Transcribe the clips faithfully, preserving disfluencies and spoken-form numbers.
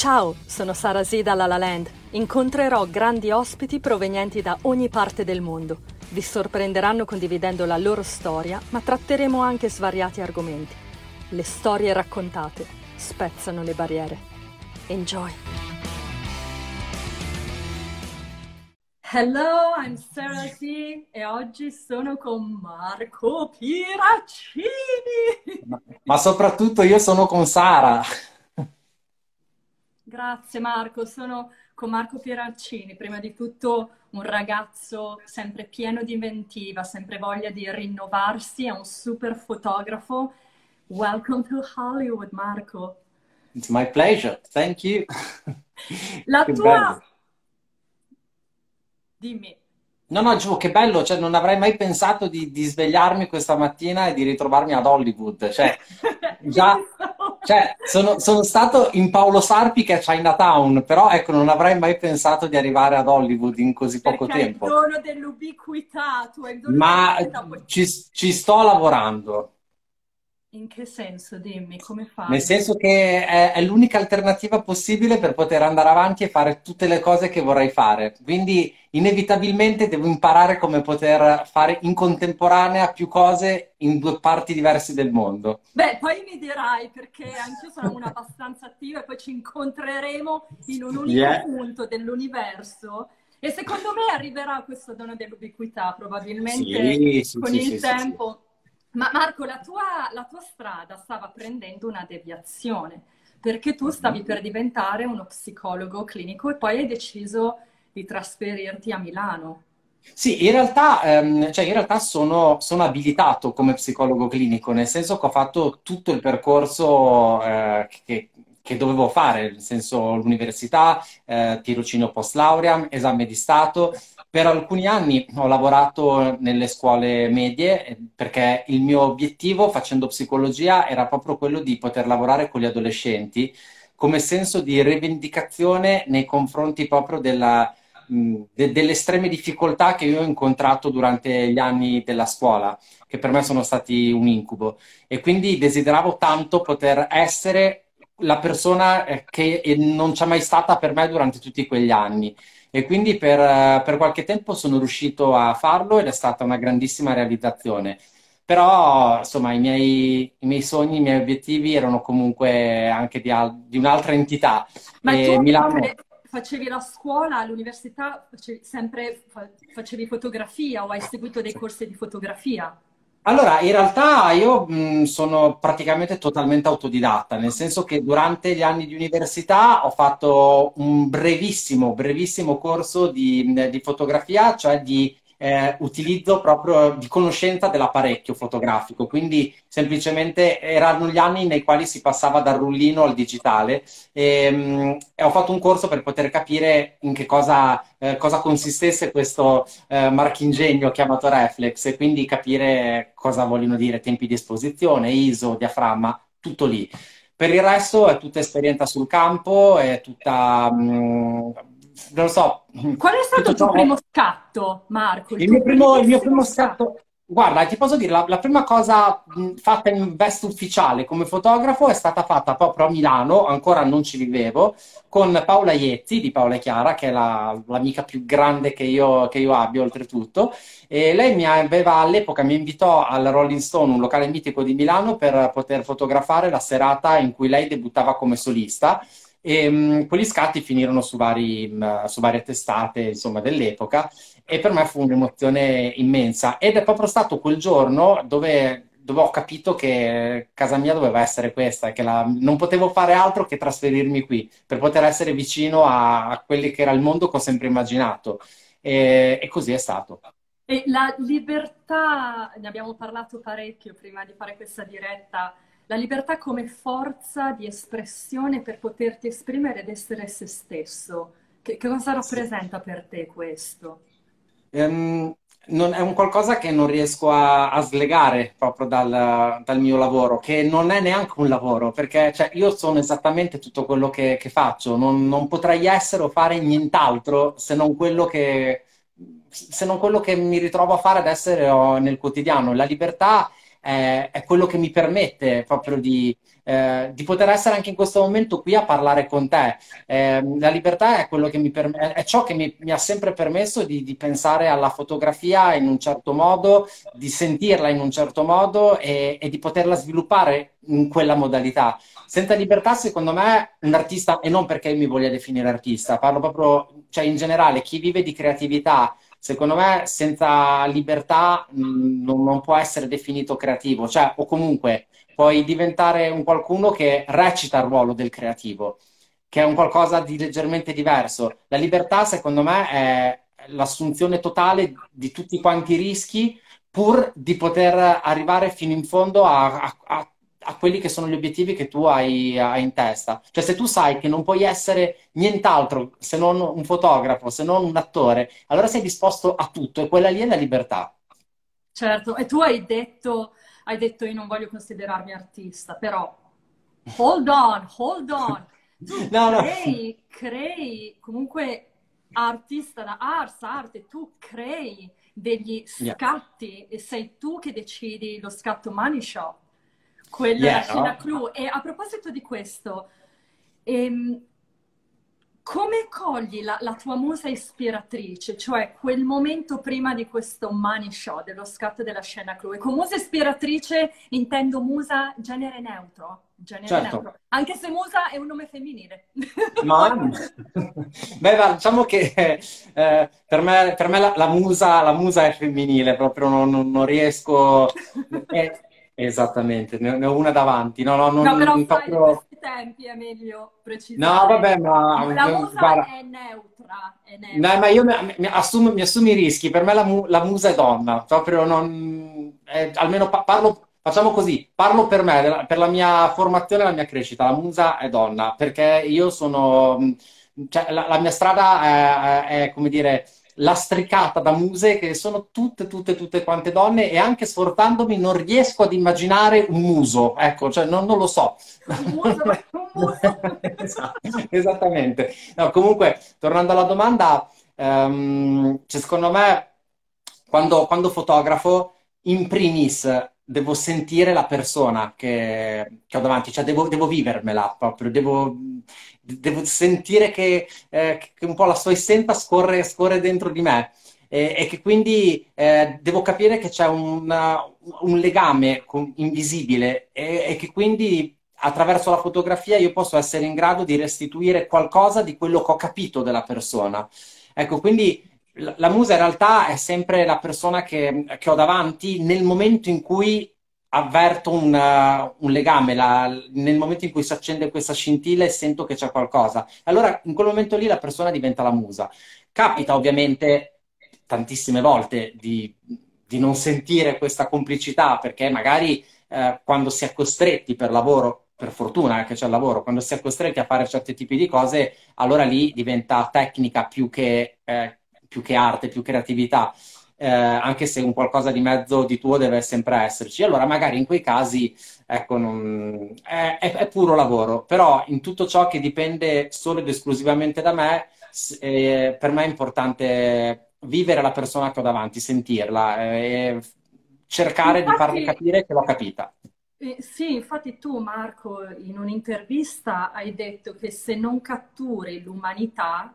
Ciao, sono Sara Z da La La Land. Incontrerò grandi ospiti provenienti da ogni parte del mondo. Vi sorprenderanno condividendo la loro storia, ma tratteremo anche svariati argomenti. Le storie raccontate spezzano le barriere. Enjoy! Hello, I'm Sara Z e oggi sono con Marco Piraccini. Ma, ma soprattutto io sono con Sara. Grazie Marco, sono con Marco Piraccini, prima di tutto un ragazzo sempre pieno di inventiva, sempre voglia di rinnovarsi, è un super fotografo. Welcome to Hollywood, Marco. It's my pleasure, thank you. La Che tua... bello. Dimmi. No, no, dicevo, che bello, cioè non avrei mai pensato di, di svegliarmi questa mattina e di ritrovarmi ad Hollywood. Cioè, già, Visto? cioè, sono, sono stato in Paolo Sarpi che è Chinatown, però ecco, non avrei mai pensato di arrivare ad Hollywood in così poco Perché hai il tempo. dono dell'ubiquità, tu hai il dono Ma dell'ubiquità. Poi- ci, ci sto lavorando. In che senso? Dimmi, come Nel fai? senso che è, è l'unica alternativa possibile per poter andare avanti e fare tutte le cose che vorrei fare. Quindi, inevitabilmente devo imparare come poter fare in contemporanea più cose in due parti diverse del mondo. Beh, poi mi dirai perché anch'io sono una abbastanza attiva e poi ci incontreremo in un unico Yeah. punto dell'universo e secondo me arriverà questo dono dell'ubiquità, probabilmente Sì, sì, con sì, il sì, sì, sì. tempo. Ma Marco, la tua, la tua strada stava prendendo una deviazione perché tu stavi per diventare uno psicologo clinico e poi hai deciso di trasferirti a Milano. Sì, in realtà, ehm, cioè in realtà sono, sono abilitato come psicologo clinico, nel senso che ho fatto tutto il percorso eh, che, che dovevo fare, nel senso l'università, eh, tirocinio post laurea, esame di Stato. Per alcuni anni ho lavorato nelle scuole medie eh, perché il mio obiettivo facendo psicologia era proprio quello di poter lavorare con gli adolescenti come senso di rivendicazione nei confronti proprio della mh, de- delle estreme difficoltà che io ho incontrato durante gli anni della scuola, che per me sono stati un incubo. E quindi desideravo tanto poter essere la persona eh, che eh, non c'è mai stata per me durante tutti quegli anni. E quindi per, eh, per qualche tempo sono riuscito a farlo ed è stata una grandissima realizzazione. Però, insomma, i miei, i miei sogni, i miei obiettivi erano comunque anche di, al- di un'altra entità. Ma tu E invece Milano. facevi la scuola all'università, facevi sempre fa- facevi fotografia o hai seguito dei corsi di fotografia? Allora, in realtà io mh, sono praticamente totalmente autodidatta, nel senso che durante gli anni di università ho fatto un brevissimo, brevissimo corso di, di fotografia, cioè di eh, utilizzo proprio di conoscenza dell'apparecchio fotografico. Quindi semplicemente erano gli anni nei quali si passava dal rullino al digitale e, mh, e ho fatto un corso per poter capire in che cosa, eh, cosa consistesse questo eh, marchingegno chiamato reflex e quindi capire cosa vogliono dire tempi di esposizione, I S O, diaframma, tutto lì. Per il resto è tutta esperienza sul campo, è tutta, mh, non lo so, Qual è stato tutto il tuo ciò. primo scatto, Marco? Il Il tuo mio primo, il mio primissimo primo scatto? scatto, guarda, ti posso dire, la, la prima cosa mh, fatta in veste ufficiale come fotografo è stata fatta proprio a Milano, ancora non ci vivevo, con Paola Iezzi di Paola e Chiara, che è la- l'amica più grande che io, che io abbia oltretutto, e lei mi aveva all'epoca, mi invitò al Rolling Stone, un locale mitico di Milano, per poter fotografare la serata in cui lei debuttava come solista. E mh, quegli scatti finirono su vari, mh, su varie testate, insomma, dell'epoca e per me fu un'emozione immensa ed è proprio stato quel giorno dove, dove ho capito che casa mia doveva essere questa e che la- non potevo fare altro che trasferirmi qui per poter essere vicino a, a quelli che era il mondo che ho sempre immaginato e, e così è stato. E la libertà, ne abbiamo parlato parecchio prima di fare questa diretta, la libertà come forza di espressione per poterti esprimere ed essere se stesso. Che, che cosa Sì. rappresenta per te questo? Ehm, non- è un qualcosa che non riesco a, a slegare proprio dal, dal mio lavoro, che non è neanche un lavoro, perché cioè, io sono esattamente tutto quello che, che faccio, non, non potrei essere o fare nient'altro se non quello che, se non quello che mi ritrovo a fare ad essere oh, nel quotidiano. La libertà è, è quello che mi permette proprio di, eh, di poter essere anche in questo momento qui a parlare con te. Eh, la libertà è quello che mi perm- è ciò che mi, mi ha sempre permesso di, di pensare alla fotografia in un certo modo, di sentirla in un certo modo e, e di poterla sviluppare in quella modalità. Senza libertà, secondo me, un artista, e non perché io mi voglia definire artista, parlo proprio, cioè in generale, chi vive di creatività, secondo me, senza libertà, mh, non, non può essere definito creativo, cioè, o comunque puoi diventare un qualcuno che recita il ruolo del creativo, che è un qualcosa di leggermente diverso. La libertà, secondo me, è l'assunzione totale di tutti quanti i rischi pur di poter arrivare fino in fondo a, a- a- a quelli che sono gli obiettivi che tu hai, hai in testa. Cioè, se tu sai che non puoi essere nient'altro se non un fotografo, se non un attore, allora sei disposto a tutto e quella lì è la libertà. Certo, e tu hai detto, hai detto io non voglio considerarmi artista, però hold on, hold on. Tu No, no. crei, crei comunque artista da ars, arte, tu crei degli Yeah. scatti e sei tu che decidi lo scatto money shot. Quella è la Yeah, scena no? clou. E a proposito di questo, ehm, come cogli la, la tua musa ispiratrice, cioè quel momento prima di questo money shot, dello scatto della scena clou? E con musa ispiratrice intendo musa genere neutro, genere Certo. neutro, anche se musa è un nome femminile. Ma Poi- beh, va, diciamo che eh, per me, per me la, la musa, la musa è femminile, proprio non, non- non riesco. eh, esattamente, ne, ne ho una davanti. No, no, No, però non sai, di proprio. questi tempi è meglio No, precisare. vabbè, ma La musa guarda. è neutra, è No, ma io neutra. mi, mi assumo, mi assumo i rischi. Per me la, mu- la musa è donna, proprio non. Eh, almeno pa- parlo, facciamo così, parlo per me, della- per la mia formazione e la mia crescita. La musa è donna, perché io sono. mh, Cioè, la, la mia strada è, è, come dire, lastricata da muse che sono tutte, tutte, tutte quante donne e anche sforzandomi non riesco ad immaginare un muso. Ecco, cioè, non, non lo so. Un muso, un muso. Esatto, esattamente. No, comunque, tornando alla domanda, ehm, cioè, secondo me, quando, quando fotografo, in primis devo sentire la persona che, che ho davanti, cioè devo, devo vivermela proprio, devo, devo sentire che, eh, che un po' la sua essenza scorre, scorre dentro di me. E, e che quindi eh, devo capire che c'è una- un legame con- invisibile e, e che quindi attraverso la fotografia io posso essere in grado di restituire qualcosa di quello che ho capito della persona. Ecco, quindi la, la musa in realtà è sempre la persona che, che ho davanti nel momento in cui avverto un, uh, un legame, la- nel momento in cui si accende questa scintilla e sento che c'è qualcosa. Allora, in quel momento lì la persona diventa la musa. Capita ovviamente tantissime volte di, di non sentire questa complicità perché magari eh, quando si è costretti per lavoro, per fortuna eh, che c'è il lavoro, quando si è costretti a fare certi tipi di cose, allora lì diventa tecnica più che, eh, più che arte, più creatività. Eh, anche se un qualcosa di mezzo di tuo deve sempre esserci. Allora, magari in quei casi, ecco, non- è, è- è puro lavoro, però in tutto ciò che dipende solo ed esclusivamente da me, s- eh, per me è importante vivere la persona che ho davanti, sentirla, eh, e cercare di farle Infatti, capire che l'ho capita. eh, sì, infatti tu, Marco, in un'intervista hai detto che se non catturi l'umanità,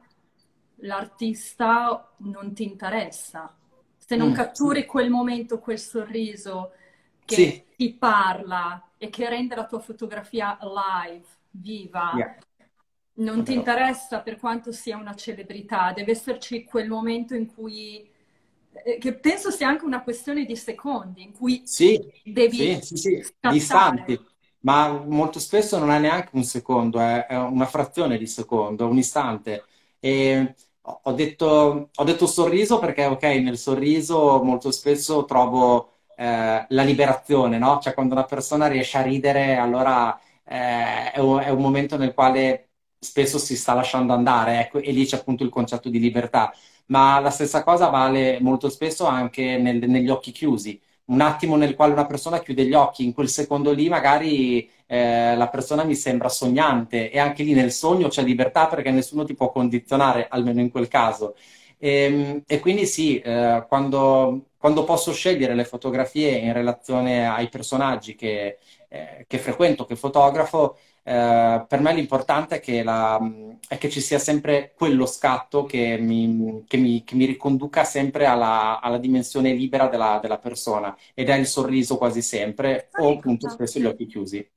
l'artista non ti interessa. Se non Mm, catturi quel momento, quel sorriso che sì, ti parla e che rende la tua fotografia live, viva, yeah, è non ti vero. interessa per quanto sia una celebrità, deve esserci quel momento in cui, eh, che penso sia anche una questione di secondi, in cui Sì, devi sì, sì, sì, di scattare. istanti, ma molto spesso non è neanche un secondo, è, è una frazione di secondo, un istante. E ho ho detto, ho detto sorriso perché, ok, nel sorriso molto spesso trovo eh, la liberazione, no? Cioè quando una persona riesce a ridere, allora eh, è un, è un momento nel quale spesso si sta lasciando andare, ecco, e lì c'è appunto il concetto di libertà. Ma la stessa cosa vale molto spesso anche nel- negli occhi chiusi un attimo nel quale una persona chiude gli occhi, in quel secondo lì magari eh, la persona mi sembra sognante e anche lì nel sogno c'è libertà perché nessuno ti può condizionare, almeno in quel caso. E, e quindi sì, eh, quando, quando posso scegliere le fotografie in relazione ai personaggi che, eh, che frequento, che fotografo, eh, per me l'importante è che, la- è che ci sia sempre quello scatto che mi, che mi- che mi riconduca sempre alla, alla dimensione libera della, della persona ed è il sorriso quasi sempre o Sai appunto cosa? spesso gli occhi chiusi.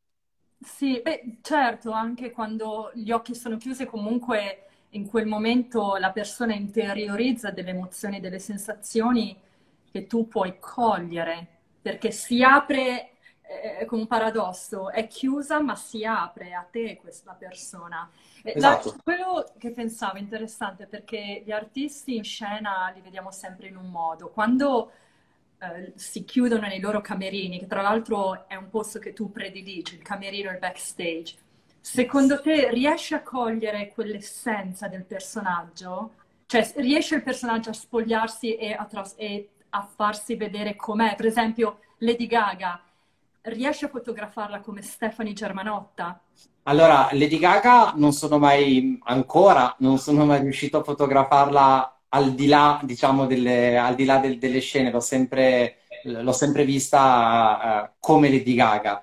Sì, beh, certo, anche quando gli occhi sono chiusi, comunque in quel momento la persona interiorizza delle emozioni, delle sensazioni che tu puoi cogliere, perché si apre, eh, come un paradosso, è chiusa ma si apre a te questa persona. Eh, la- Esatto. quello che pensavo interessante, perché gli artisti in scena li vediamo sempre in un modo. Quando eh, si chiudono nei loro camerini, che tra l'altro è un posto che tu prediligi, il camerino, il backstage. Secondo te riesce a cogliere quell'essenza del personaggio? Cioè, riesce il personaggio a spogliarsi e a, tras- e a farsi vedere com'è? Per esempio, Lady Gaga, riesce a fotografarla come Stephanie Germanotta? Allora, Lady Gaga non sono mai, ancora, non sono mai riuscito a fotografarla al di là, diciamo, delle, al di là del- delle scene, l'ho sempre, l'ho sempre vista, eh, come Lady Gaga.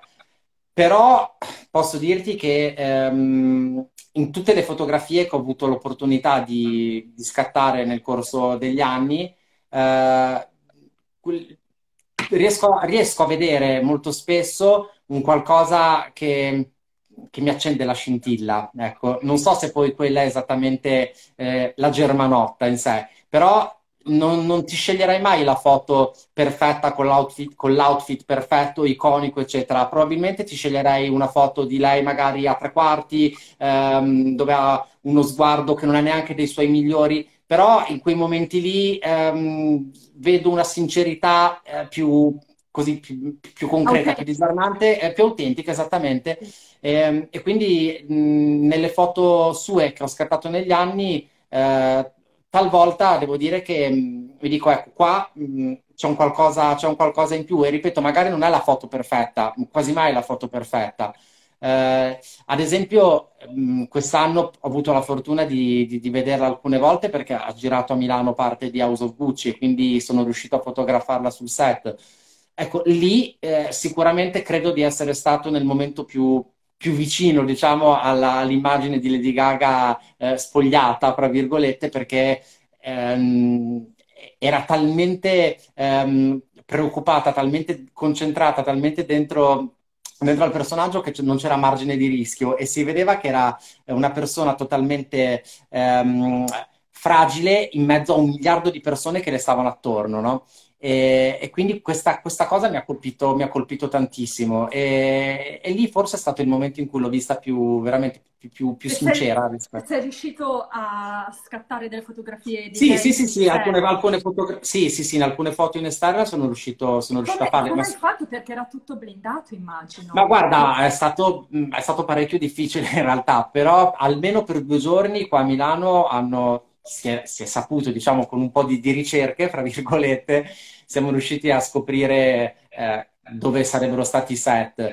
Però posso dirti che ehm, in tutte le fotografie che ho avuto l'opportunità di, di scattare nel corso degli anni, eh, quel- riesco, riesco a vedere molto spesso un qualcosa che, che mi accende la scintilla. Ecco, non so se poi quella è esattamente eh, la Germanotta in sé, però non, non ti sceglierai mai la foto perfetta con l'outfit, con l'outfit perfetto, iconico, eccetera. Probabilmente ti sceglierei una foto di lei magari a tre quarti, ehm, dove ha uno sguardo che non è neanche dei suoi migliori, però in quei momenti lì ehm, vedo una sincerità eh, più, così, più, più concreta, più Autentico. disarmante, eh, più autentica esattamente. Ehm, E, quindi mh, nelle foto sue che ho scattato negli anni, eh, talvolta devo dire che mh, mi dico, ecco, qua mh, c'è un qualcosa, c'è un qualcosa in più e ripeto, magari non è la foto perfetta, quasi mai è la foto perfetta. Eh, Ad esempio, mh, quest'anno ho avuto la fortuna di, di- di vederla alcune volte perché ha girato a Milano parte di House of Gucci e quindi sono riuscito a fotografarla sul set. Ecco, lì eh, sicuramente credo di essere stato nel momento più, più vicino, diciamo, alla- all'immagine di Lady Gaga eh, spogliata, fra virgolette, perché ehm, era talmente ehm, preoccupata, talmente concentrata, talmente dentro, dentro al personaggio che c- non c'era margine di rischio e si vedeva che era una persona totalmente ehm, fragile in mezzo a un miliardo di persone che le stavano attorno, no? E, e quindi questa, questa cosa mi ha colpito, mi ha colpito tantissimo e, e lì forse è stato il momento in cui l'ho vista più, veramente più, più- più E sei, sincera rispetto. sei riuscito a scattare delle fotografie di Sì, lei sì, sì, sul sì, alcune, set? alcune fotogra- sì, sì, sì, in alcune foto in esterna sono riuscito, sono E riuscito a come, e farle, ma come hai fatto? Perché era tutto blindato, ma immagino. guarda, è stato, mh, è stato parecchio difficile in realtà, però almeno per due giorni qua a Milano hanno, si è, si è saputo, diciamo, con un po' di, di ricerche, fra virgolette, siamo riusciti a scoprire eh, dove sarebbero stati i set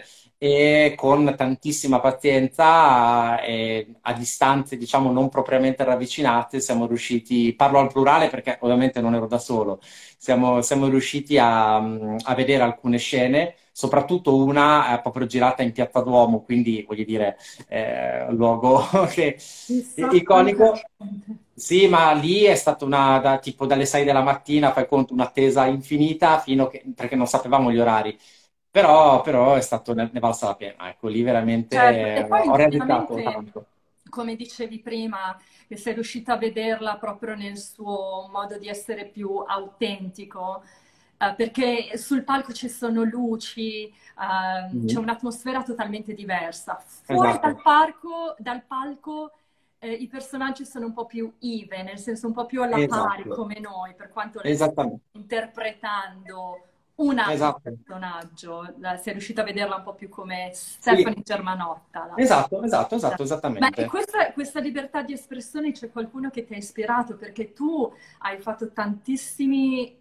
e con tantissima pazienza e a distanze, diciamo, non propriamente ravvicinate, siamo riusciti, parlo al plurale perché ovviamente non ero da solo, siamo, siamo riusciti a, a vedere alcune scene, soprattutto una eh, proprio girata in Piazza Duomo, quindi voglio dire, eh, un luogo che, Chissà quanta iconico. gente. Sì, ma lì è stata una, da, tipo dalle sei della mattina, fai conto, un'attesa infinita fino che, perché non sapevamo gli orari. Però, però è stato, ne, ne valsa la pena, ecco, lì veramente Certo, e eh, poi ho realizzato indubbiamente, tanto. come dicevi prima, che sei riuscita a vederla proprio nel suo modo di essere più autentico, eh, perché sul palco ci sono luci, ehm, c'è Mhm. un'atmosfera totalmente diversa. Fuori dal Esatto, parco, dal palco, eh, i personaggi sono un po' più even, nel senso un po' più alla pari esatto, come noi, per quanto lei stia esattamente, interpretando una, un esatto. personaggio. La- sei riuscita a vederla un po' più come Sì, Stephanie Germanotta. La- esatto, esatto, esatto, Ma e esattamente. questa, questa libertà di espressione c'è qualcuno che ti ha ispirato? Perché tu hai fatto tantissimi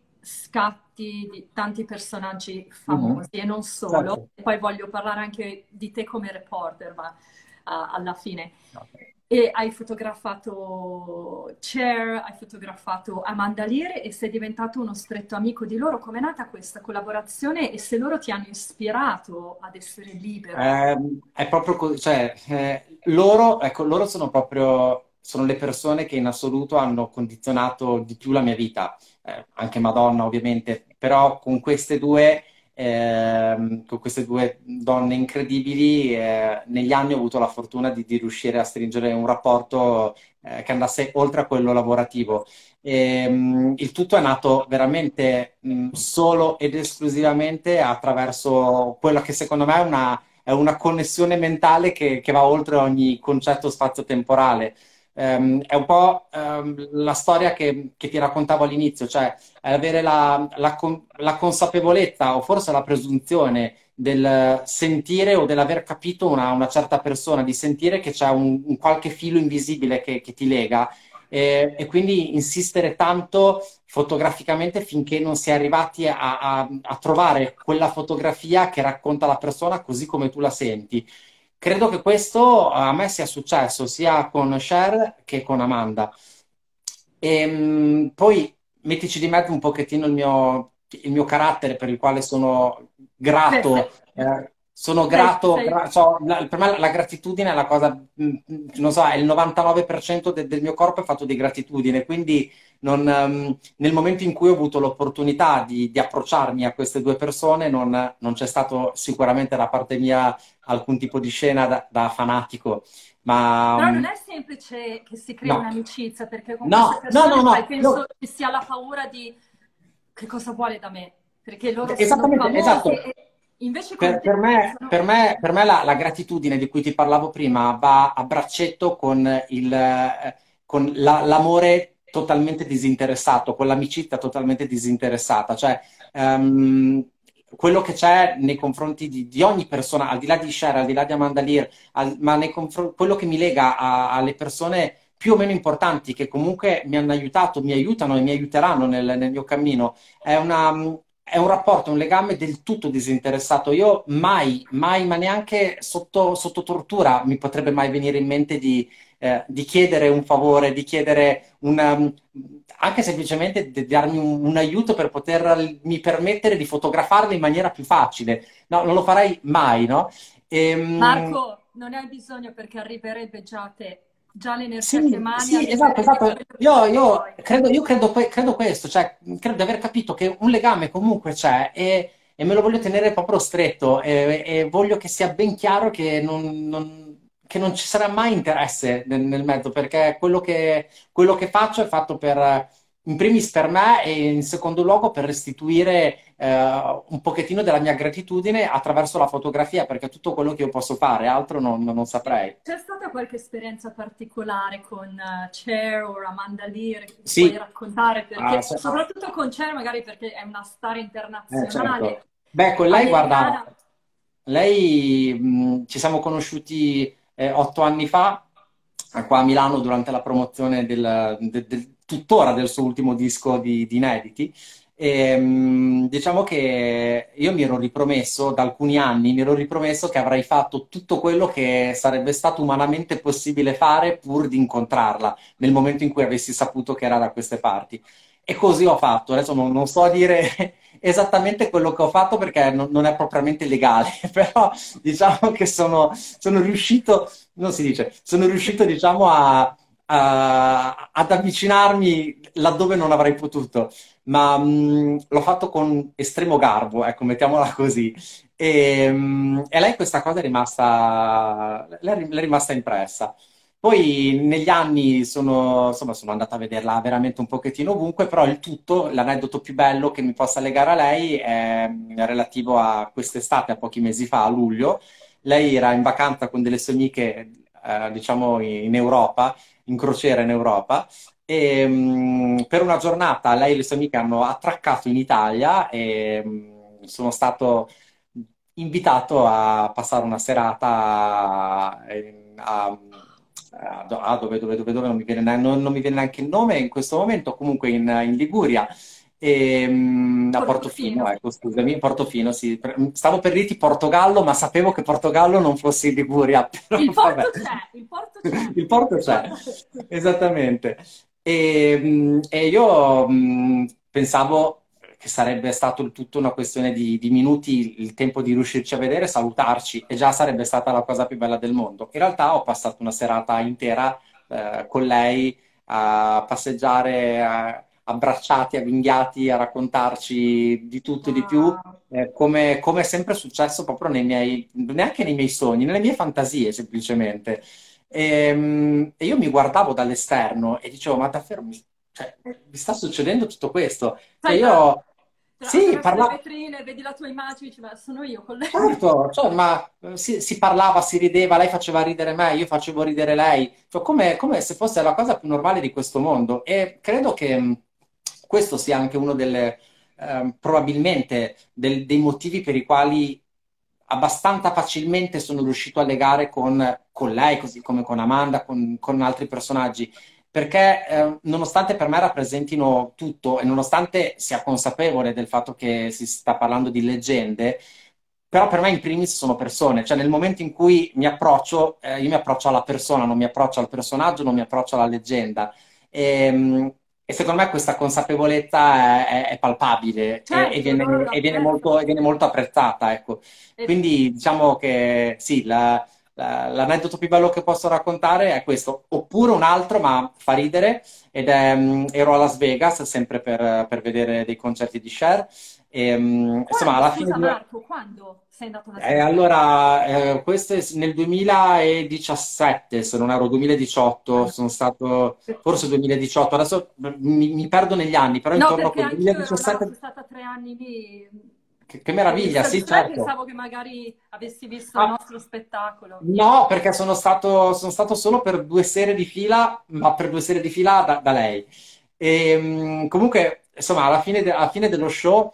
scatti di tanti personaggi Mhm. famosi e non solo. Certo. E poi voglio parlare anche di te come reporter, ma uh, alla fine. E hai fotografato Cher, hai fotografato Amanda Lear e sei diventato uno stretto amico di loro. Com'è nata questa collaborazione e se loro ti hanno ispirato ad essere libero? Ehm, è proprio così, cioè, eh, loro, ecco, loro sono proprio, sono le persone che in assoluto hanno condizionato di più la mia vita. Eh, anche Madonna ovviamente, però con queste due, ehm, con queste due donne incredibili, eh, negli anni ho avuto la fortuna di, di riuscire a stringere un rapporto, eh, che andasse oltre a quello lavorativo. E, mh, il tutto è nato veramente, mh, solo ed esclusivamente attraverso quella che secondo me è una è una connessione mentale che, che va oltre ogni concetto spazio-temporale. Ehm, è un po' ehm, la storia che, che ti raccontavo all'inizio, cioè è avere la, la con- la consapevolezza o forse la presunzione del sentire o dell'aver capito una, una certa persona, di sentire che c'è un, un qualche filo invisibile che, che ti lega e, e quindi insistere tanto fotograficamente finché non si è arrivati a, a- a trovare quella fotografia che racconta la persona così come tu la senti. Credo che questo a me sia successo sia con Cher che con Amanda. E, mh, poi mettici di mezzo un pochettino il mio, il mio carattere per il quale sono Beh, sei, grato. eh, sono sei- grato, sei- gra- so, la- per me la, la gratitudine è la cosa, mh, mh, non so, è il novantanove per cento de- del mio corpo è fatto di gratitudine, quindi non, ehm, nel momento in cui ho avuto l'opportunità di, di approcciarmi a queste due persone, non, non c'è stato sicuramente da parte mia alcun tipo di scena da, da fanatico, ma Però non mh, è semplice che si crei no, un'amicizia, perché con queste no, no, no, persone, sai, no, penso no. che sia la paura di che cosa vuole da me, perché loro sono Esattamente, famose esatto. e invece con Per, te per me, sono... per me- per me la, la gratitudine di cui ti parlavo prima va a braccetto con il, eh, con la- l'amore totalmente disinteressato, con l'amicizia totalmente disinteressata. Cioè, ehm, quello che c'è nei confronti di, di ogni persona, al di là di Cher, al di là di Amanda Lear, al- ma nei confron- quello che mi lega a- alle persone più o meno importanti che comunque mi hanno aiutato, mi aiutano e mi aiuteranno nel nel mio cammino è una, è un rapporto, un legame del tutto disinteressato. Io mai, mai, ma neanche sotto, sotto tortura mi potrebbe mai venire in mente di, eh, di chiedere un favore, di chiedere una, anche semplicemente di darmi un, un aiuto per potermi permettere di fotografarli in maniera più facile. No, non lo farei mai, no? Ehm, Marco, non ne hai bisogno perché arriverebbe già a te, già l'energia che Sì, emani sì, esatto, arriverebbe esatto. quello Io, che io vuoi. credo, io credo, que- credo questo, cioè credo di aver capito che un legame comunque c'è e, e me lo voglio tenere proprio stretto e, e voglio che sia ben chiaro che non, non- che non ci sarà mai interesse nel, nel mezzo, perché quello che, quello che faccio è fatto per, in primis per me e in secondo luogo per restituire eh, un pochettino della mia gratitudine attraverso la fotografia, perché è tutto quello che io posso fare, altro non non E saprei. c'è stata qualche esperienza particolare con eh, Cher o Amanda Lear che mi puoi Sì, raccontare? ah, Perché, se- soprattutto con Cher, magari perché è una star eh, certo. internazionale, Beh, con lei, guarda, americana. lei mh, ci siamo conosciuti eh, otto anni fa, eh, qua a Milano, durante la promozione del, del- del- tuttora del suo ultimo disco di, di inediti. E, mh, diciamo che io mi ero ripromesso, da alcuni anni, mi ero ripromesso che avrei fatto tutto quello che sarebbe stato umanamente possibile fare pur di incontrarla, nel momento in cui avessi saputo che era da queste parti. E così ho fatto. Adesso non, non so a dire esattamente quello che ho fatto perché non, non è propriamente legale, però diciamo che sono, sono riuscito, non si dice, sono riuscito diciamo a, a- ad avvicinarmi laddove non avrei potuto, ma mh, l'ho fatto con estremo garbo, ecco, mettiamola così. E, mh, e lei questa cosa è rimasta, le è rim- le è rimasta impressa. Poi negli anni sono, insomma, sono andata a vederla veramente un pochettino ovunque, però il tutto, l'aneddoto più bello che mi possa legare a lei è mm, relativo a quest'estate, a pochi mesi fa, a luglio. Lei era in vacanza con delle sue amiche, eh, diciamo, in Europa, in crociera in Europa, e mm, per una giornata lei e le sue amiche hanno attraccato in Italia e mm, sono stato invitato a passare una serata in- a, a- a dove, dove, dove, dove non mi viene, ne- non, non mi viene neanche il nome in questo momento, comunque in, in Liguria. E, mm, a Portofino, Portofino. ecco, scusami, Portofino, sì. Per- Stavo per dirti Portogallo, ma sapevo che Portogallo non fosse in Liguria, però Il vabbè. porto c'è, il porto c'è. Il porto c'è, esattamente. E, mh, e io mh, pensavo che sarebbe stato il tutto una questione di, di minuti, il tempo di riuscirci a vedere, salutarci, e già sarebbe stata la cosa più bella del mondo. In realtà ho passato una serata intera eh, con lei a passeggiare, a- abbracciati, avvinghiati, a raccontarci di tutto e di più, Wow. eh, come, come è sempre successo proprio nei miei, neanche nei miei sogni, nelle mie fantasie semplicemente. E, e io mi guardavo dall'esterno e dicevo, ma davvero mi, cioè, mi sta succedendo tutto questo? Cioè Sai, tra, io, tra- sì, attraverso le parlavo. vetrine vedi la tua immagine, dici, ma sono io con lei. Certo, cioè, ma eh, si, si parlava, si rideva, lei faceva ridere me, io facevo ridere lei, cioè, come, come se fosse la cosa più normale di questo mondo. E credo che mh, questo sia anche uno delle, ehm, probabilmente, del- dei motivi per i quali abbastanza facilmente sono riuscito a legare con, con lei, così come con Amanda, con, con altri personaggi. Perché eh, nonostante per me rappresentino tutto e nonostante sia consapevole del fatto che si sta parlando di leggende, però per me in primis sono persone, cioè nel momento in cui mi approccio, eh, io mi approccio alla persona, non mi approccio al personaggio, non mi approccio alla leggenda. E, e secondo me questa consapevolezza è, è- è palpabile e, e Certo, loro viene, lo e viene molto, e apprezzano. viene molto apprezzata, ecco. E Quindi diciamo che sì, la- la- l'aneddoto più bello che posso raccontare è questo, oppure un altro, ma fa ridere, ed è, mm, ero a Las Vegas sempre per, per vedere dei concerti di Cher. E, mm, insomma, quando, alla fine scusa di... Marco, quando sei andato a Las Eh, Vegas? allora, eh, questo è nel duemiladiciassette, se non erro, duemiladiciotto, Ah, sono stato, forse perché- duemiladiciotto, adesso mi, mi perdo negli anni, però No, intorno a perché quel anch'io ero là, sono duemiladiciassette, stata tre anni lì. che, che E meraviglia, sì, cioè, certo. pensavo che magari avessi visto il Ah, nostro spettacolo. no, perché sono stato, sono stato solo per due sere di fila, ma per due sere di fila da, da lei. E, mh, comunque, insomma, alla fine, de- alla fine dello show,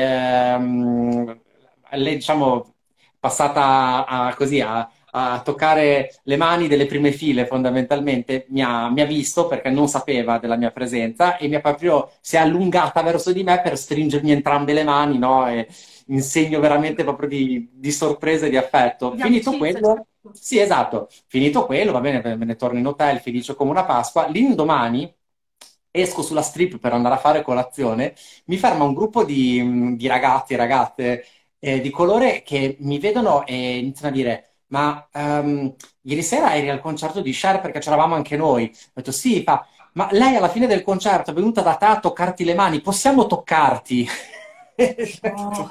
ehm, lei, diciamo, passata a, così, a, a toccare le mani delle prime file, fondamentalmente, mi ha, mi ha visto perché non sapeva della mia presenza e mi ha proprio, si è allungata verso di me per stringermi entrambe le mani, no? E, in segno veramente proprio di, di sorpresa e di affetto. Di Finito amicizia, quello, certo. sì, esatto, finito quello, va bene, me ne torno in hotel felice come una Pasqua. L'indomani esco sulla strip per andare a fare colazione, mi ferma un gruppo di, di ragazzi e ragazze eh, di colore che mi vedono e iniziano a dire: Ma ehm, ieri sera eri al concerto di Cher perché c'eravamo anche noi. Ho detto sì, fa, ma lei alla fine del concerto è venuta da te a toccarti le mani, possiamo toccarti? Oh.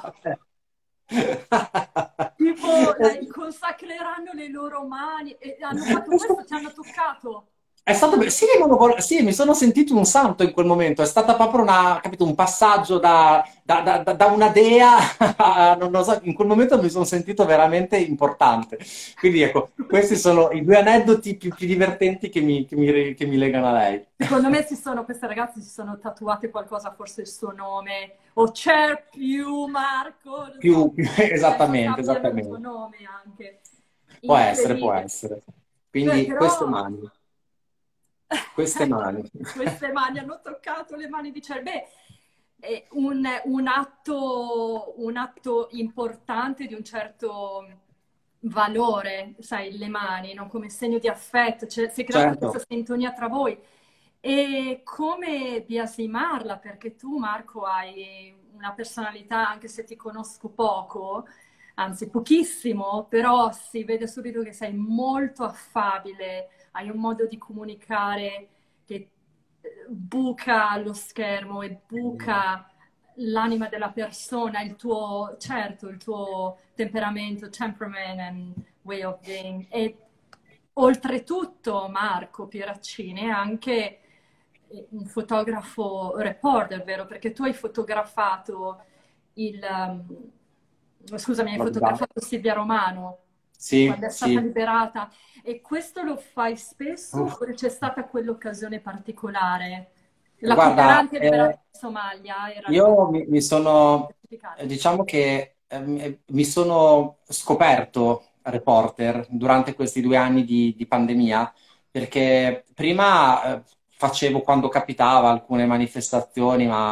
Tipo, la- consacreranno le loro mani e hanno fatto questo, ti hanno toccato. È stato, be- sì, ma lo vol- sì, mi sono sentito un santo in quel momento, è stata proprio una, capito, un passaggio da, da- da- da- da una dea a, non lo so, in quel momento mi sono sentito veramente importante. Quindi ecco, questi sono i due aneddoti più, più divertenti che mi, che mi- che mi legano a lei. Secondo me si sono, queste ragazze si sono tatuate qualcosa, forse il suo nome, o c'è più Marco, non so, Più, più- penso esattamente, sappiano il tuo esattamente. nome anche. Può essere, può Incredibile. essere. Beh, Quindi queste però mani, queste mani. queste mani hanno toccato le mani di Cer. Beh, è un, un atto, un atto importante di un certo valore, sai, le mani, no? Come segno di affetto, cioè, si è creata questa Certo, sintonia tra voi. E come biasimarla, perché tu, Marco, hai una personalità, anche se ti conosco poco, anzi pochissimo, però si vede subito che sei molto affabile, hai un modo di comunicare che eh, buca lo schermo e buca l'anima della persona, il tuo, certo, il tuo temperamento, temperament and way of being. E oltretutto Marco Pieraccini è anche un fotografo reporter, vero? Perché tu hai fotografato il... um, scusami, hai lockdown. fotografato Silvia Romano Sì, quando è stata sì. liberata e questo lo fai spesso Uff. oppure c'è stata quell'occasione particolare? La Guarda, cooperante liberata eh, in Somalia era il io mi, mi sono, certificato. eh, diciamo che ehm, eh, mi sono scoperto reporter durante questi due anni di, di pandemia, perché prima eh, facevo quando capitava alcune manifestazioni, ma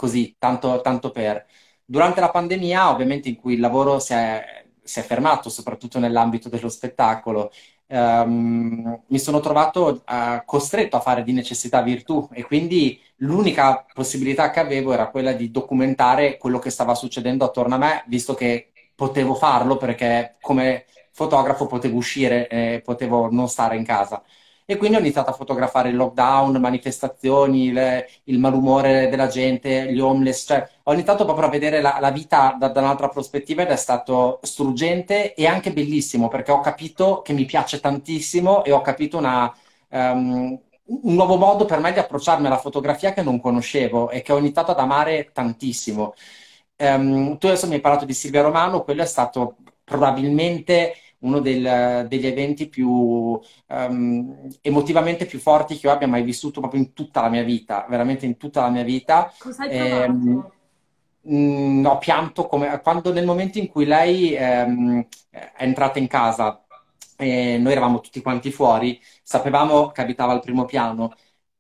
così, tanto, tanto per. Durante la pandemia, ovviamente, in cui il lavoro si è, si è fermato, soprattutto nell'ambito dello spettacolo, ehm, mi sono trovato eh, costretto a fare di necessità virtù e quindi l'unica possibilità che avevo era quella di documentare quello che stava succedendo attorno a me, visto che potevo farlo perché come fotografo potevo uscire e potevo non stare in casa. E quindi ho iniziato a fotografare il lockdown, manifestazioni, le- il malumore della gente, gli homeless, cioè ho iniziato proprio a vedere la, la vita da, da un'altra prospettiva ed è stato struggente e anche bellissimo perché ho capito che mi piace tantissimo e ho capito una, ehm, un nuovo modo per me di approcciarmi alla fotografia che non conoscevo e che ho iniziato ad amare tantissimo. Ehm, tu adesso mi hai parlato di Silvia Romano, quello è stato probabilmente uno del- degli eventi più ehm, emotivamente più forti che io abbia mai vissuto proprio in tutta la mia vita, veramente in tutta la mia vita. Cosa hai provato? Ehm, mh, ho pianto come quando nel momento in cui lei ehm, è entrata in casa e noi eravamo tutti quanti fuori, sapevamo che abitava al primo piano.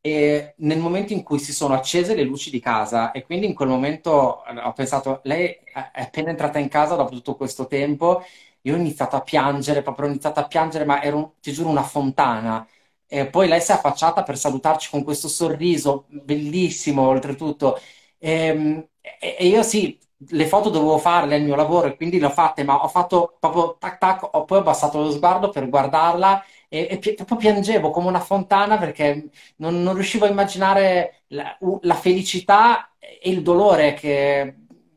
E nel momento in cui si sono accese le luci di casa, e quindi in quel momento eh, ho pensato, lei è è appena entrata in casa dopo tutto questo tempo, io ho iniziato a piangere, proprio ho iniziato a piangere, ma ero, un- ti giuro, una fontana. E poi lei si è affacciata per salutarci con questo sorriso bellissimo, oltretutto. Ehm, E, e io sì, le foto dovevo farle, è il mio lavoro, e quindi le ho fatte, ma ho fatto proprio tac tac, ho poi abbassato lo sguardo per guardarla e, e pi- proprio piangevo come una fontana perché non, non riuscivo a immaginare la, la felicità e il dolore che,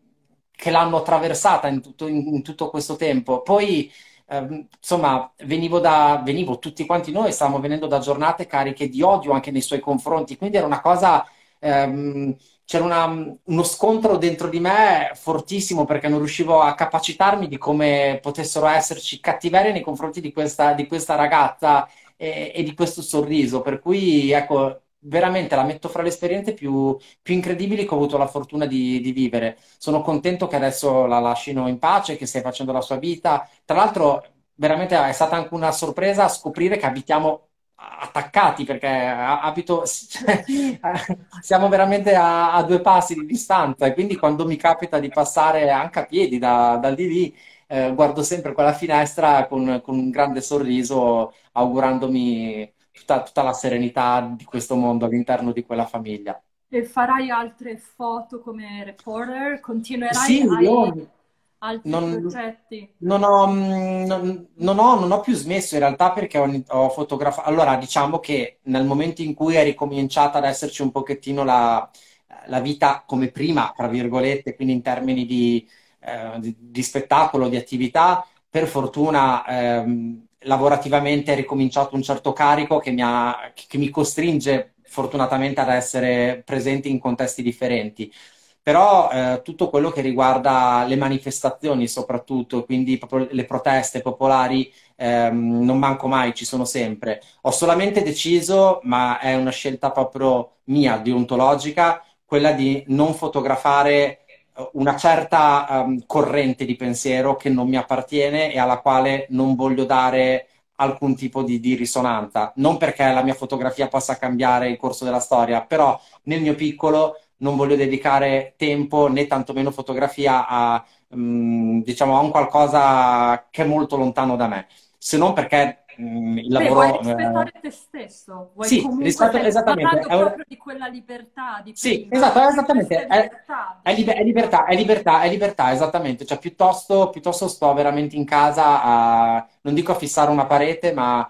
che l'hanno attraversata in tutto, in- in tutto questo tempo. Poi, ehm, insomma, venivo da, venivo, tutti quanti noi stavamo venendo da giornate cariche di odio anche nei suoi confronti, quindi era una cosa, ehm, c'era una- uno scontro dentro di me fortissimo perché non riuscivo a capacitarmi di come potessero esserci cattiverie nei confronti di questa, di questa ragazza e, e di questo sorriso. Per cui, ecco, veramente la metto fra le esperienze più, più incredibili che ho avuto la fortuna di, di vivere. Sono contento che adesso la lasciino in pace, che stia facendo la sua vita. Tra l'altro, veramente è stata anche una sorpresa scoprire che abitiamo attaccati perché abito, cioè, Sì. siamo veramente a, a due passi di distanza e quindi quando mi capita di passare anche a piedi da, da di lì, eh, guardo sempre quella finestra con, con un grande sorriso, augurandomi tutta, tutta la serenità di questo mondo all'interno di quella famiglia. E farai altre foto come reporter? Continuerai? Sì, Hai io altri non, progetti? non ho, mm, non- non ho- non ho più smesso in realtà perché ho, ho fotografato. Allora, diciamo che nel momento in cui è ricominciata ad esserci un pochettino la, la vita come prima, tra virgolette, quindi in termini di, eh, di- di spettacolo, di attività, per fortuna ehm, lavorativamente è ricominciato un certo carico che mi ha- che mi costringe fortunatamente ad essere presente in contesti differenti. Però eh, tutto quello che riguarda le manifestazioni soprattutto, quindi proprio le proteste popolari, ehm, non manco mai, ci sono sempre. Ho solamente deciso, ma è una scelta proprio mia, deontologica, quella di non fotografare eh, una certa ehm, corrente di pensiero che non mi appartiene e alla quale non voglio dare alcun tipo di, di risonanza. Non perché la mia fotografia possa cambiare il corso della storia, però nel mio piccolo non voglio dedicare tempo né tantomeno fotografia a, mm, diciamo, a un qualcosa che è molto lontano da me, se non perché mm, il Beh, vuoi lavoro... eh, rispettare te stesso, vuoi sì, comunque, rispetto stai esattamente, parlando è un- proprio di quella libertà di sì, prima, esatto, è e questa esattamente, è è, libertà, è libe- è decisa. libertà, è libertà, è libertà, esattamente, cioè piuttosto, piuttosto sto veramente in casa a, non dico a fissare una parete, ma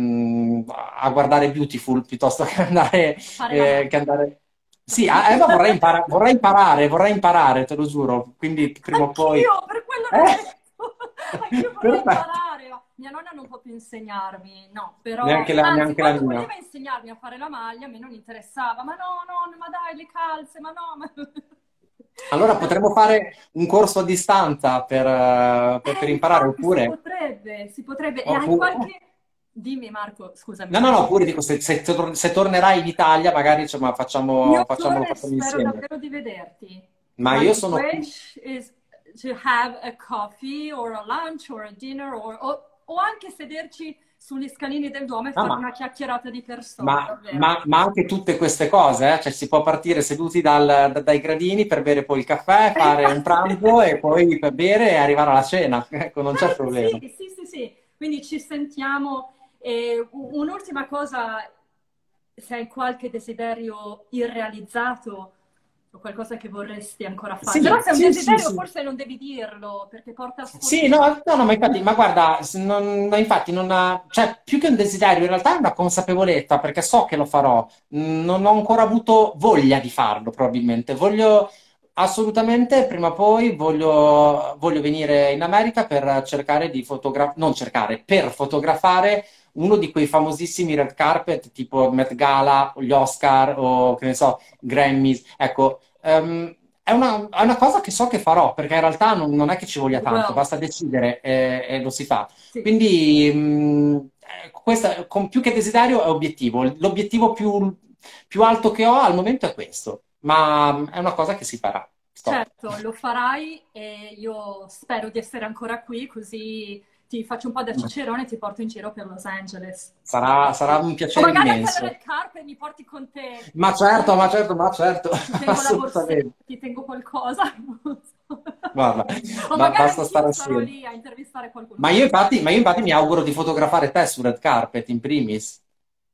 mm, a guardare Beautiful piuttosto che andare, A fare la eh, che maglia. andare... Sì, a- eh, ma vorrei impara- vorrei imparare, vorrei imparare, te lo giuro, quindi prima o poi... Anch'io, per quello l'ho Eh? detto. Anch'io vorrei Perfetto, imparare. ma Mia nonna non può più insegnarmi, no, però, neanche la, anzi, neanche la quando mia. voleva insegnarmi a fare la maglia, a me non interessava. Ma no, no, ma dai, le calze, ma no. Ma... Allora Però, potremmo fare un corso a distanza per, eh, per- per eh, imparare, infatti si oppure... potrebbe, si potrebbe. E hai oppu- qualche... Dimmi Marco, scusami, No, no, no, scusami. pure dico, se, se tor- se tornerai in Italia, magari insomma, Io facciamo, facciamo, lo torno e facciamo spero insieme. davvero di vederti. Ma io My sono qui. wish is to have a coffee or a lunch or a dinner or, o, o anche sederci sugli scalini del Duomo e No, fare ma, una chiacchierata di persona, ma- davvero. ma- ma anche tutte queste cose, eh, cioè si può partire seduti dal- da- dai gradini per bere poi il caffè, E fare un infatti, pranzo e poi per bere e arrivare alla cena. Ecco, non c'è eh, problema. sì, sì, sì, sì. Quindi ci sentiamo. E u- un'ultima cosa, se hai qualche desiderio irrealizzato o qualcosa che vorresti ancora fare. Però Sì, se è un sì, sì, desiderio sì. forse non devi dirlo perché porta Sì, sfortuna. no, no, no, ma infatti, ma guarda, s- non, no, infatti non ha, cioè, più che un desiderio, in realtà è una consapevolezza, perché so che lo farò. Mm, Non ho ancora avuto voglia di farlo, probabilmente. Voglio assolutamente, prima o poi, voglio, voglio venire in America per cercare di fotografare, non cercare, per fotografare uno di quei famosissimi red carpet, tipo Met Gala, o gli Oscar, o che ne so, Grammys. Ecco, ehm, è una, è una cosa che so che farò, perché in realtà non, non è che ci voglia tanto, Well, basta decidere e, e lo si fa. sì, Quindi, mh, eh, questa, con più che desiderio, è obiettivo. L'obiettivo più, più alto che ho al momento è questo, ma mh, è una cosa che si farà. Stop. certo, lo farai e io spero di essere ancora qui così ti faccio un po' da cicerone e ti porto in giro per Los Angeles. Sarà, sarà un O piacere magari anche alla immenso. red carpet mi porti con te. Ma certo, ma certo, ma certo, Ti tengo la borsetta, assolutamente. ti tengo qualcosa. Non so. Guarda, O ba- magari basta anch'io stare sarò assieme. lì a intervistare qualcuno. Ma io infatti, ma io infatti mi auguro di fotografare te su red carpet in primis.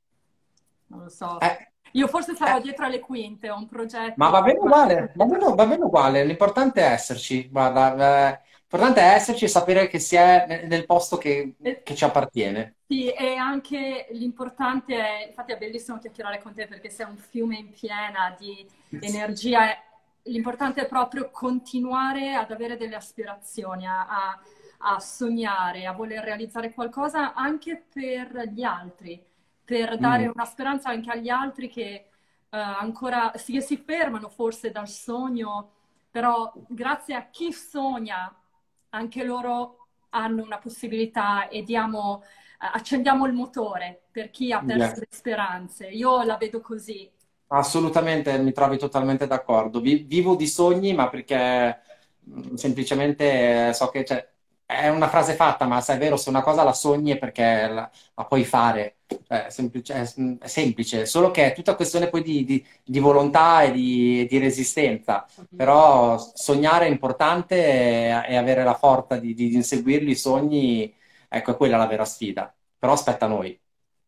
Non lo so. Eh, Io forse sarò eh, dietro alle quinte, ho un Ma progetto, va bene qualche uguale, va progetto. bene, va bene uguale, l'importante è esserci, guarda, eh, l'importante è esserci e sapere che si è nel nel posto che, Eh, che ci appartiene. Sì, e anche l'importante è, infatti è bellissimo chiacchierare con te perché sei un fiume in piena di energia. L'importante è proprio continuare ad avere delle aspirazioni, a, a- a sognare, a voler realizzare qualcosa anche per gli altri, per dare Mm, una speranza anche agli altri che eh, ancora si, si fermano forse dal sogno, però grazie a chi sogna, anche loro hanno una possibilità e diamo accendiamo il motore per chi ha perso yeah. le speranze. Io la vedo così. Assolutamente, mi trovi totalmente d'accordo. Vi- vivo di sogni, ma perché mh, semplicemente eh, so che cioè, è una frase fatta, ma se è vero, se una cosa la sogni è perché la, la puoi fare. Cioè, è semplice, è, è semplice, solo che è tutta questione poi di, di- di volontà e di, di resistenza. Però sognare è importante e, e avere la forza di, di inseguirli i sogni, ecco, è quella la vera sfida. Però aspetta a noi.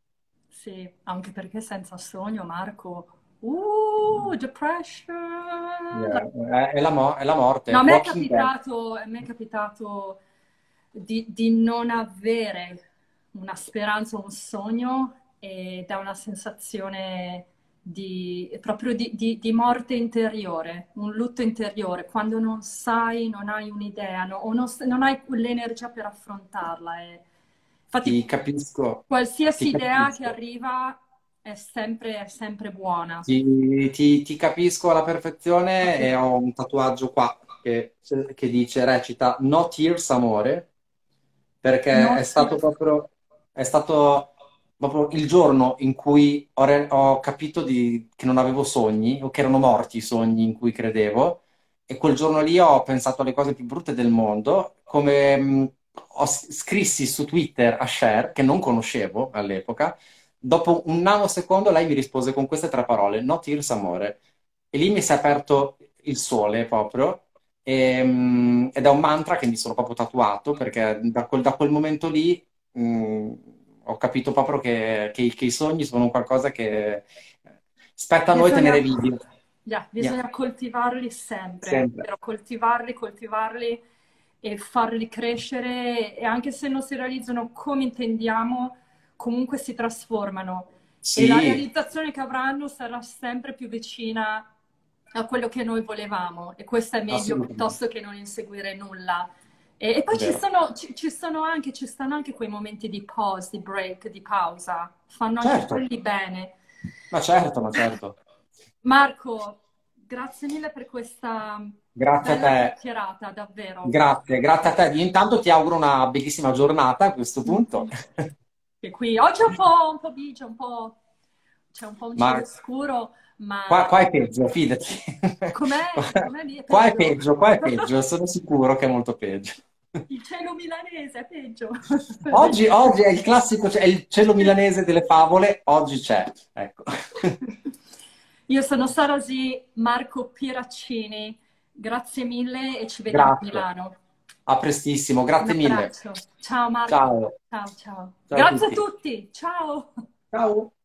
Sì, anche perché senza sogno, Marco, uh, depression. Yeah, È, è la, mo- è la No, a morte. me è Walking Dead. capitato, a me è capitato di, di non avere una speranza, un sogno ed è una sensazione di, proprio di, di- di morte interiore, un lutto interiore, quando non sai, non hai un'idea, no- o non, s- non hai l'energia per affrontarla. E infatti, Ti capisco, ti qualsiasi idea che capisco. arriva è sempre, è sempre buona. Ti, ti- ti capisco alla perfezione Ok. e ho un tatuaggio qua che, che dice, recita No Tears, amore, perché è No, stato proprio, è stato proprio il giorno in cui ho, re- ho capito di- che non avevo sogni o che erano morti i sogni in cui credevo e quel giorno lì ho pensato alle cose più brutte del mondo, come mh, ho s- scrissi su Twitter a Cher, che non conoscevo all'epoca. Dopo un nanosecondo lei mi rispose con queste tre parole, No tears, amore. E lì mi si è aperto il sole proprio. E, ed è un mantra che mi sono proprio tatuato perché da quel, da quel momento lì mh, ho capito proprio che, che i che i sogni sono qualcosa che spetta a noi tenere Bisogna, vivi. yeah, Yeah, bisogna coltivarli sempre, sempre. però coltivarli, coltivarli e farli crescere e anche se non si realizzano come intendiamo, comunque si trasformano e la Sì, realizzazione che avranno sarà sempre più vicina a quello che noi volevamo e questo è meglio assolutamente. piuttosto che non inseguire nulla. E, e poi ci Vero. sono, ci, ci sono anche, ci stanno anche quei momenti di pause, di break, di pausa, fanno anche Certo, quelli bene. ma certo, ma certo. Marco, grazie mille per questa Grazie a bella te. chiacchierata, davvero. Grazie, grazie a te. Io intanto ti auguro una bellissima giornata a questo punto. E qui oggi è un po', un po' bigio, un po', c'è un po' un cielo Ma scuro, qua, ma qua è peggio, fidati. com'è, com'è lì è Qua è peggio? peggio, qua è peggio, sono sicuro che è molto peggio. Il cielo milanese è peggio. Oggi, oggi è il classico, cioè, è il cielo milanese delle favole, oggi c'è, ecco. Io sono Sarasi Marco Piraccini. Grazie mille e ci vediamo a Grazie, Milano. a prestissimo, Un grazie mille. abbraccio. Ciao Marco. Ciao, Ciao, ciao. ciao a Grazie a tutti. tutti. Ciao. Ciao.